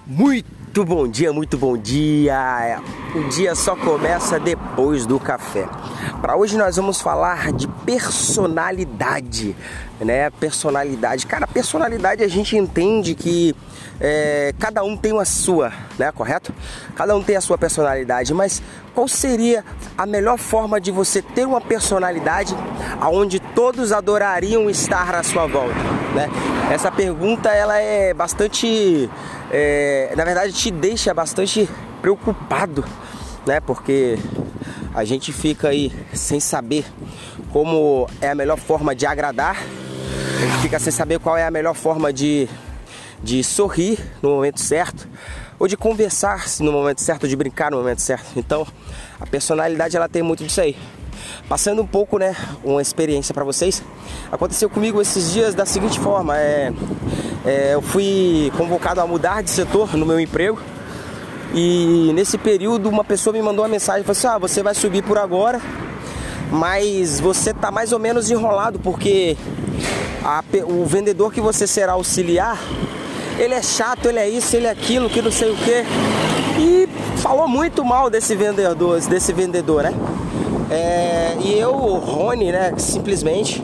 Muito bom dia! O dia só começa depois do café. Para hoje nós vamos falar de personalidade, né? Personalidade. Cara, personalidade a gente entende que cada um tem a sua, né? Correto? Cada um tem a sua personalidade, mas qual seria a melhor forma de você ter uma personalidade aonde todos adorariam estar à sua volta, né? Essa pergunta ela é bastante, na verdade te deixa bastante preocupado, né? Porque a gente fica aí sem saber como é a melhor forma de agradar, a gente fica sem saber qual é a melhor forma de sorrir no momento certo, ou de conversar no momento certo, ou de brincar no momento certo. Então, a personalidade ela tem muito disso aí. Passando um pouco, né, uma experiência para vocês, aconteceu comigo esses dias da seguinte forma, eu fui convocado a mudar de setor no meu emprego, e nesse período uma pessoa me mandou uma mensagem, falou assim, você vai subir por agora, mas você tá mais ou menos enrolado, porque o vendedor que você será auxiliar, ele é chato, ele é isso, ele é aquilo, que não sei o que, e falou muito mal desse vendedor, né? E eu, Rony, né, simplesmente,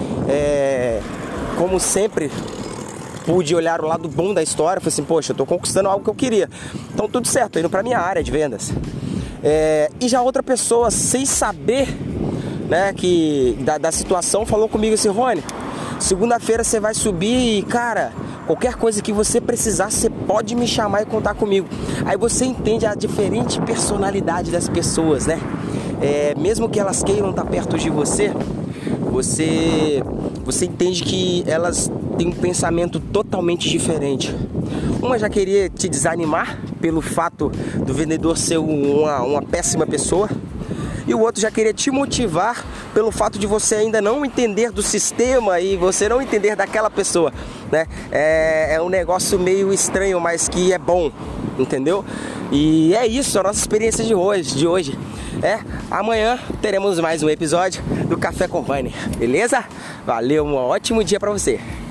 como sempre, pude olhar o lado bom da história. Falei assim, poxa, eu tô conquistando algo que eu queria, então tudo certo, tô indo pra minha área de vendas. E já outra pessoa, sem saber, né, da situação, falou comigo assim, Rony, segunda-feira você vai subir e, cara, qualquer coisa que você precisar, você pode me chamar e contar comigo. Aí você entende a diferente personalidade das pessoas, né? Mesmo que elas queiram estar perto de você, você entende que elas têm um pensamento totalmente diferente. Uma já queria te desanimar pelo fato do vendedor ser uma péssima pessoa, e o outro já queria te motivar pelo fato de você ainda não entender do sistema e você não entender daquela pessoa, né? É um negócio meio estranho, mas que é bom, entendeu? E é isso, a nossa experiência de hoje. Amanhã teremos mais um episódio do Café com Vani, beleza? Valeu, um ótimo dia pra você!